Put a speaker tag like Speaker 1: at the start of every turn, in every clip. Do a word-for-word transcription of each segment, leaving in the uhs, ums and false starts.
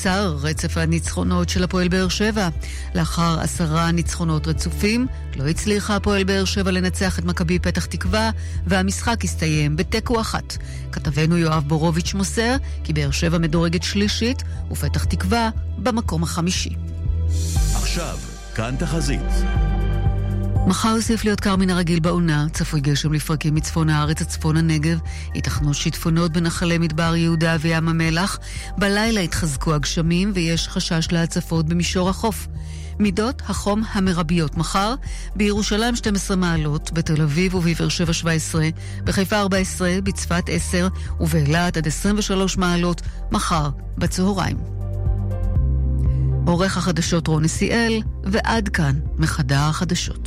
Speaker 1: נעצר רצף הניצחונות של הפועל באר שבע. לאחר עשרה ניצחונות רצופים, לא הצליחה הפועל באר שבע לנצח את מכבי פתח תקווה, והמשחק הסתיים בתיקו אחת. כתבנו יואב בורוביץ' מוסר כי באר שבע מדורגת שלישית, ופתח תקווה במקום החמישי.
Speaker 2: עכשיו, כאן תחזית.
Speaker 1: מחר יוסיף להיות קר מן הרגיל בעונה, צפוי גשם לפרקים מצפון הארץ הצפון הנגב, יתכנו שיטפונות בנחלי מדבר יהודה וים המלח, בלילה יתחזקו הגשמים ויש חשש להצפות במישור החוף. מידות החום המרביות מחר, בירושלים שתים עשרה מעלות, בתל אביב ובבאר שבע שבע עשרה, בחיפה ארבע עשרה, בצפת עשר ובאילת עד עשרים ושלוש מעלות מחר בצהריים. עורך החדשות רוני סיאל, ועד כאן מחדר החדשות.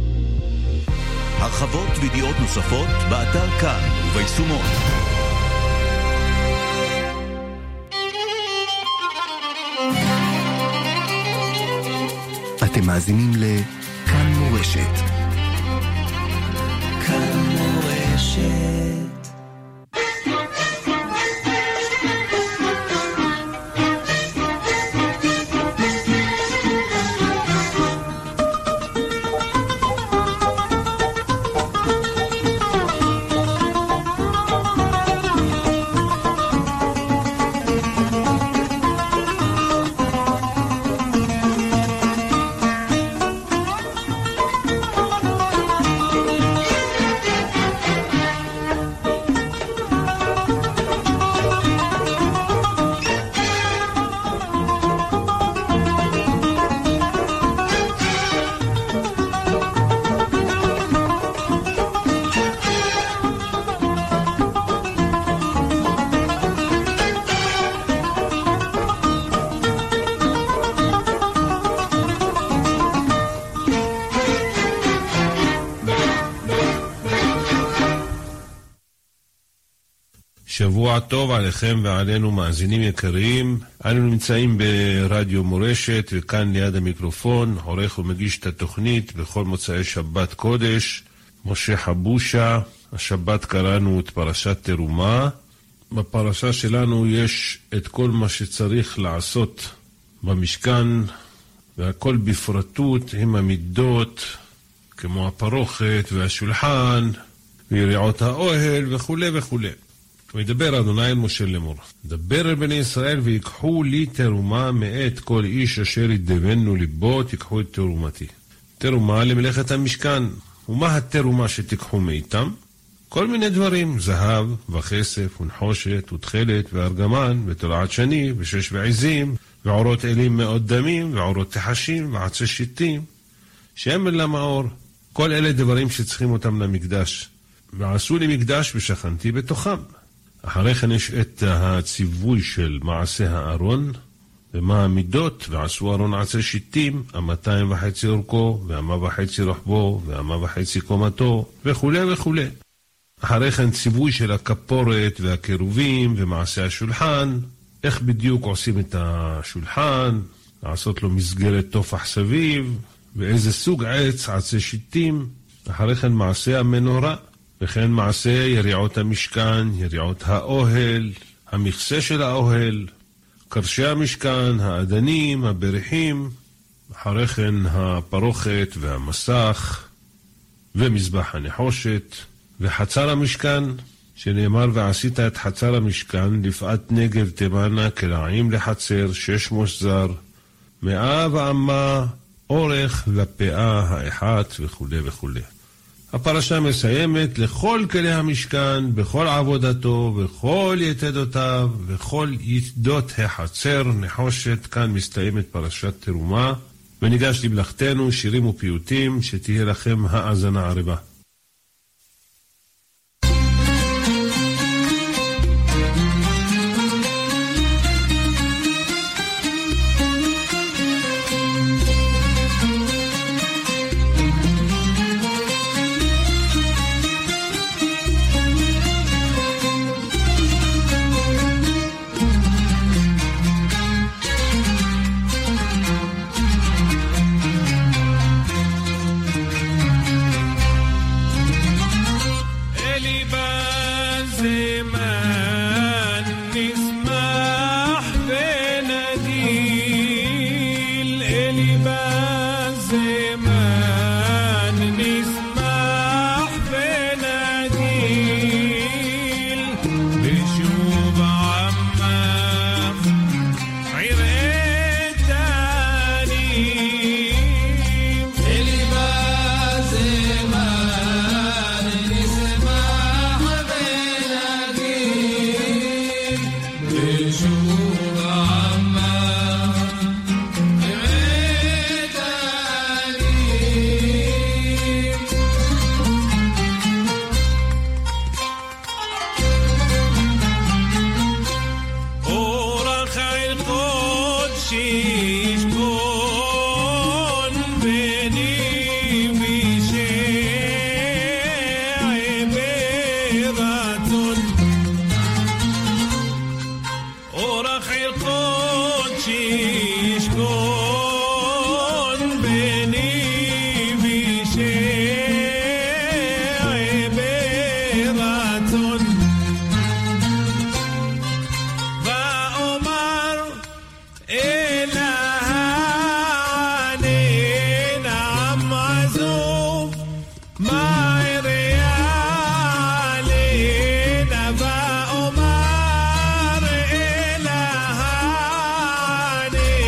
Speaker 2: הרחבות וידיעות נוספות באתר כאן וביישומון.
Speaker 3: אתם מאזינים לכאן מורשת. כאן מורשת.
Speaker 4: שבוע טוב עליכם ועלינו מאזינים יקרים. אנו נמצאים ברדיו מורשת, וכאן ליד המיקרופון עורך ומגיש את התוכנית בכל מוצאי שבת קודש משה חבושה. השבת קראנו את פרשת תרומה. בפרשה שלנו יש את כל מה שצריך לעשות במשכן, והכל בפרטות עם המידות כמו הפרוכת והשולחן ויריעות האוהל וכו' וכו'. וידבר אדוני אל משה לאמור, דבר אל בני ישראל ויקחו לי תרומה מאת כל איש אשר ידבנו ליבו, תיקחו את תרומתי. תרומה למלאכת המשכן. ומה התרומה שתיקחו מאיתם? כל מיני דברים, זהב וכסף ונחושת ותכלת וארגמן ותולעת שני ושש ועזים ועורות אלים מאוד דמים ועורות תחשים ועצי שיטים שמן למאור. כל אלה דברים שצריכים אותם למקדש. ועשו לי מקדש ושכנתי בתוכם. אחרי כן יש את הציווי של מעשה הארון, ומה המידות, ועשו ארון עצי שיטים, המאתיים וחצי אורכו, והמה וחצי רוחבו, והמה וחצי קומתו, וכו' וכו'. אחרי כן ציווי של הכפורת והקירובים, ומעשה השולחן, איך בדיוק עושים את השולחן, לעשות לו מסגרת תופח סביב, ואיזה סוג עץ, עצי שיטים. אחרי כן מעשה המנורה, וכן מעשה יריעות המשכן, יריעות האוהל, המכסה של האוהל, קרשי המשכן, האדנים, הבריחים, אחרי כן הפרוכת והמסך, ומזבח הנחושת, וחצר המשכן, שנאמר ועשית את חצר המשכן, לפעת נגב תמנה כרעים לחצר, שש מושזר, מאה ואמה, אורך ופאה האחת וכו' וכו'. הפרשה מסיימת לכל כלי המשכן, בכל עבודתו, בכל יתדותיו, בכל יתדות החצר, נחושת. כאן מסתיימת פרשת תרומה, וניגש למלאכתנו, שירים ופיוטים, שתהיה לכם האזנה ערבה.
Speaker 5: Ba'omar elahani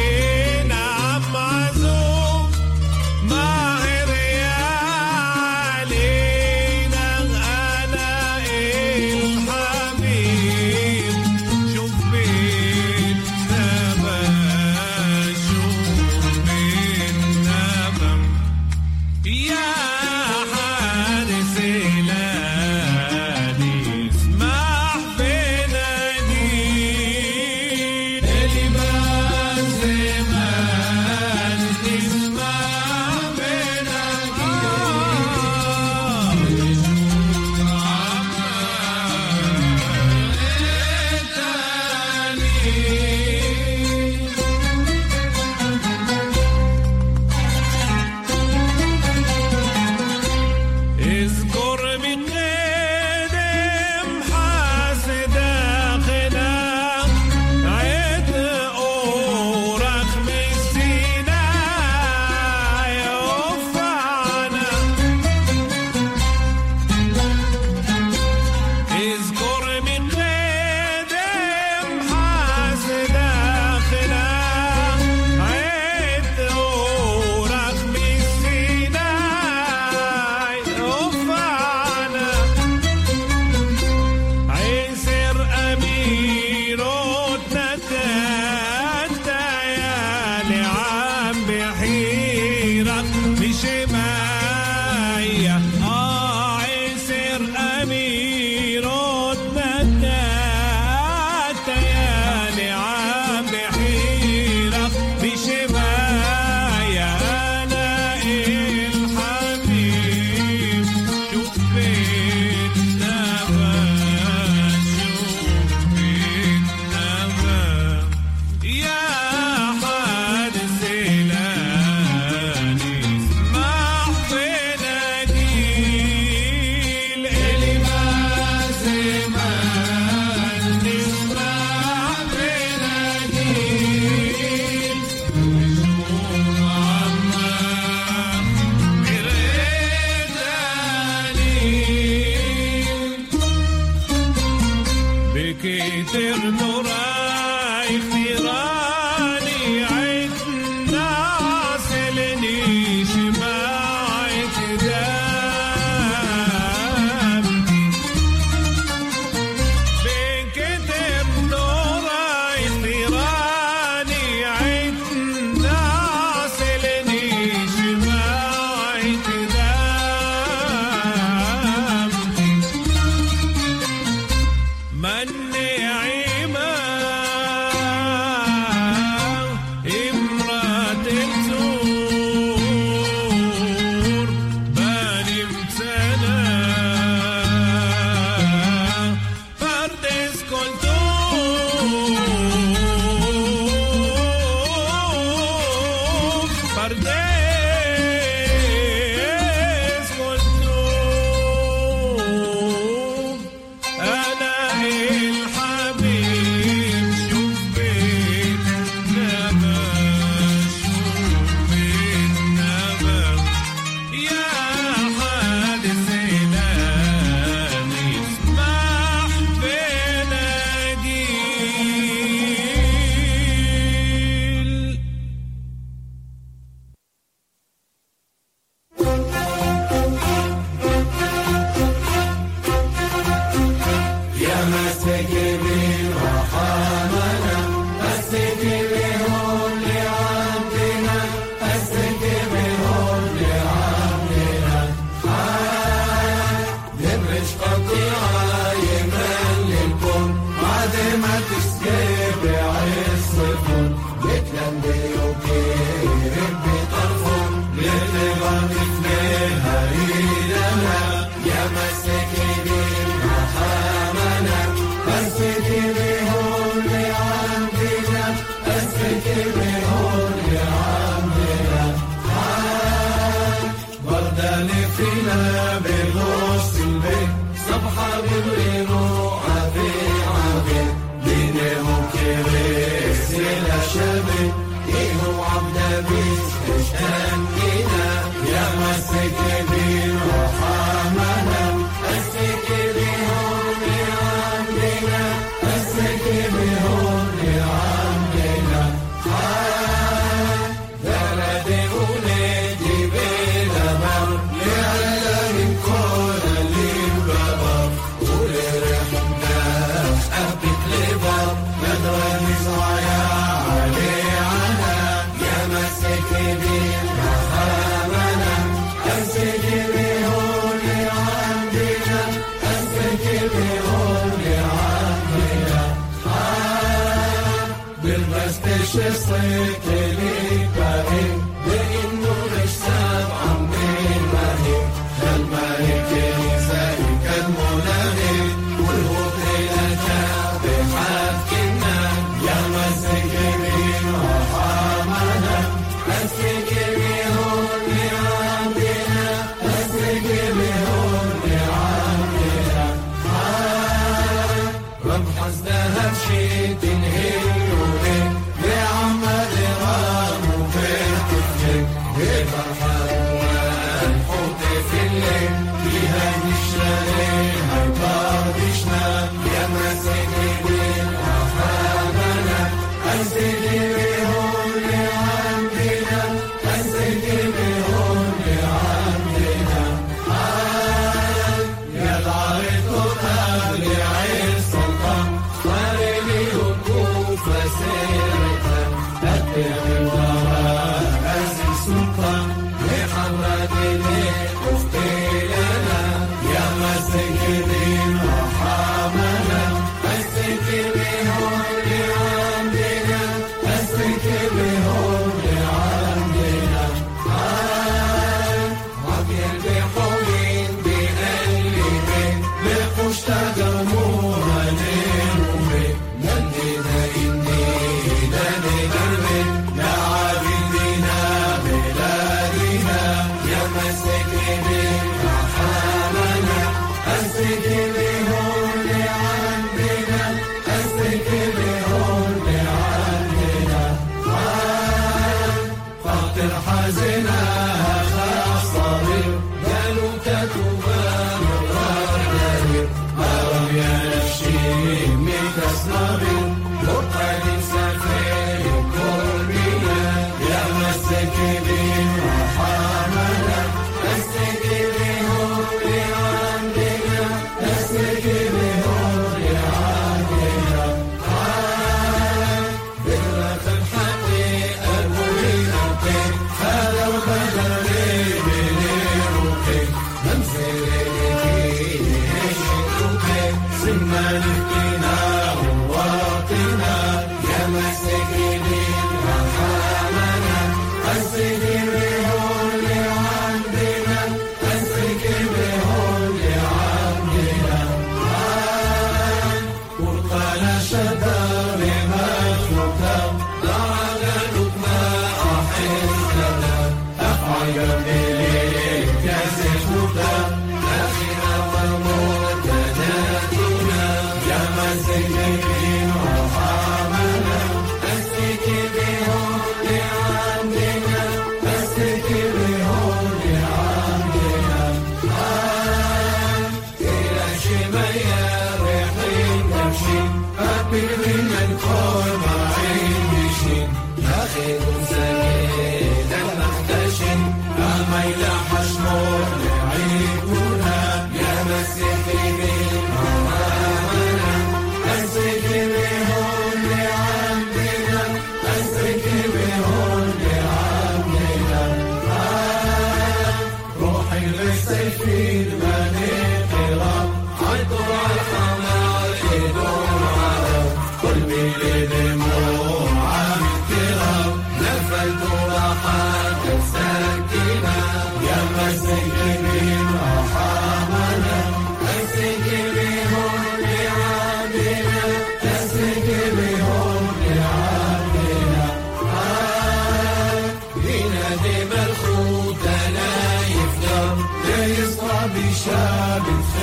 Speaker 5: Give me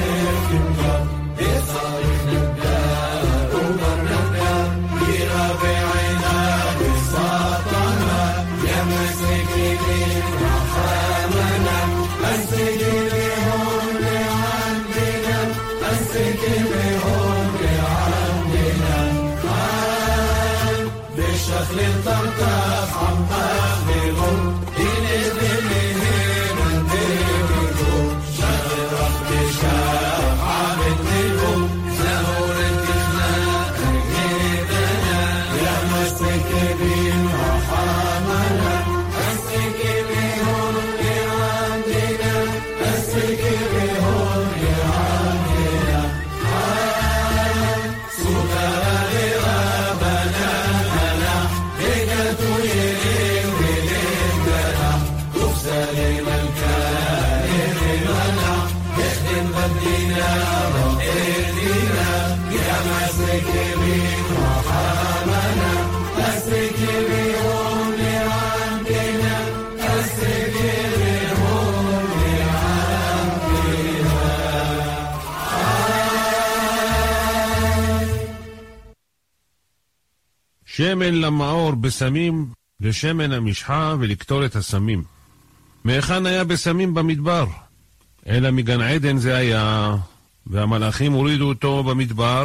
Speaker 4: שמן למאור בסמים לשמן המשחה ולקטור את הסמים. מאחן היה בסמים במדבר? אלא מגן עדן זה היה, והמלאכים הורידו אותו במדבר,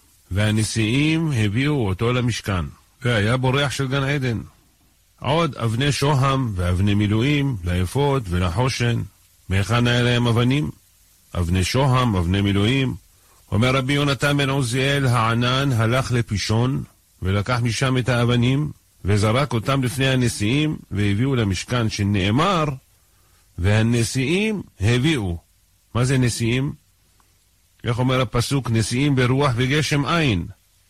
Speaker 4: והנשיאים הביאו אותו למשכן, והיה בורח של גן עדן. עוד אבני שוהם ואבני מילואים ליפות ולחושן. מאחן היה להם אבנים? אבני שוהם, אבני מילואים. אומר רבי יונתן בן עוזיאל, הענן הלך לפישון, ולקח משם את האבנים, וזרק אותם לפני הנשיאים, והביאו למשכן שנאמר, והנשיאים הביאו. מה זה נשיאים? איך אומר הפסוק? נשיאים ברוח וגשם עין.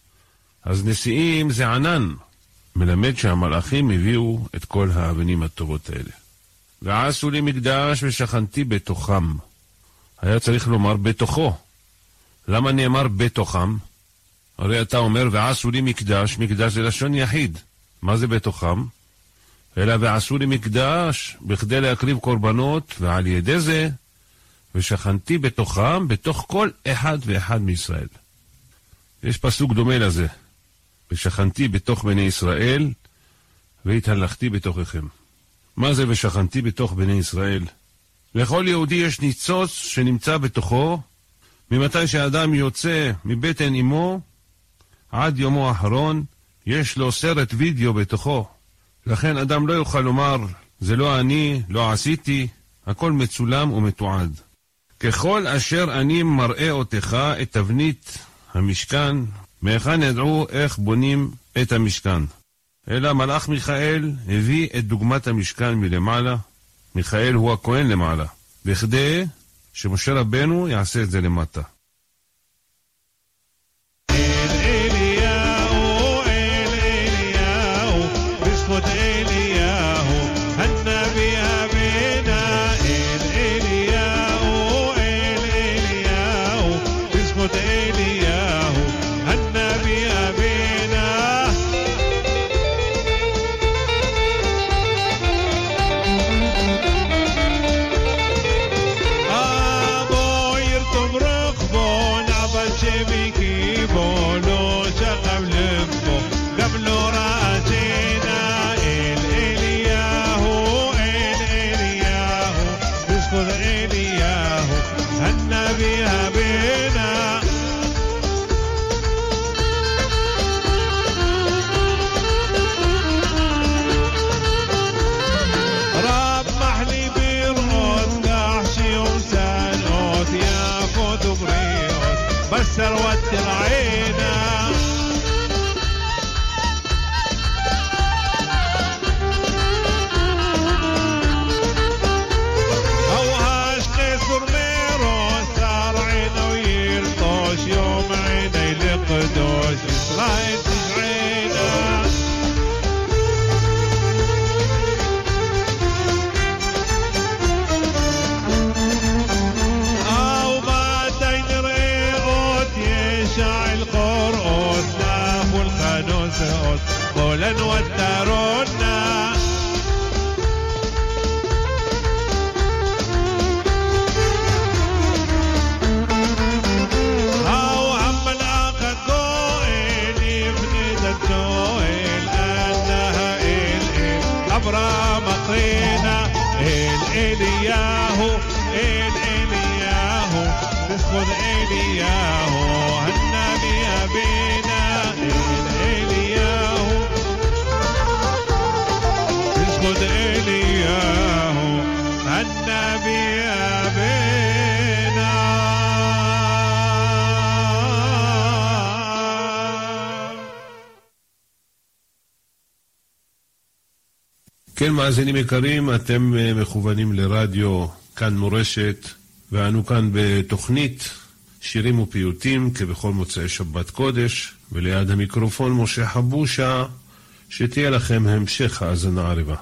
Speaker 4: אז נשיאים זה ענן. מלמד שהמלאכים הביאו את כל האבנים הטובות האלה. ועשו לי מקדש ושכנתי בתוכם. היה צריך לומר בתוכו. למה נאמר בתוכם? הרי אתה אומר ועשו לי מקדש, מקדש זה לשון יחיד. מה זה בתוכם? אלא ועשו לי מקדש בכדי להקריב קורבנות, ועל ידי זה ושכנתי בתוכם, בתוך כל אחד ואחד מישראל. יש פסוק דומה לזה. ושכנתי בתוך בני ישראל והתהלכתי בתוככם. מה זה ושכנתי בתוך בני ישראל? לכל יהודי יש ניצוץ שנמצא בתוכו, ממתי שהאדם יוצא מבטן אמו עד יומו האחרון, יש לו סרט וידאו בתוכו. לכן אדם לא יוכל לומר, זה לא אני, לא עשיתי, הכל מצולם ומתועד. ככל אשר אני מראה אותך את תבנית המשכן, מאחן ידעו איך בונים את המשכן. אלא מלאך מיכאל הביא את דוגמת המשכן מלמעלה. מיכאל הוא הכהן למעלה, בכדי שמשה רבנו יעשה את זה למטה.
Speaker 5: قبل راجينا أبرام طينا إل إلياهو إل إلياهو تسخد إلياهو هالنبي أبينا إل إلياهو تسخد إلياهو هالنبي أبينا.
Speaker 4: כן, מאזינים יקרים, אתם מכוונים לרדיו כאן מורשת, ואנו כאן בתוכנית שירים ופיוטים כבכל מוצאי שבת קודש, וליד המיקרופון משה חבושה, שתהיה לכם המשך האזנה ערבה.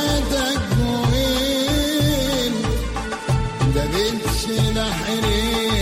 Speaker 6: ده بنت شلحني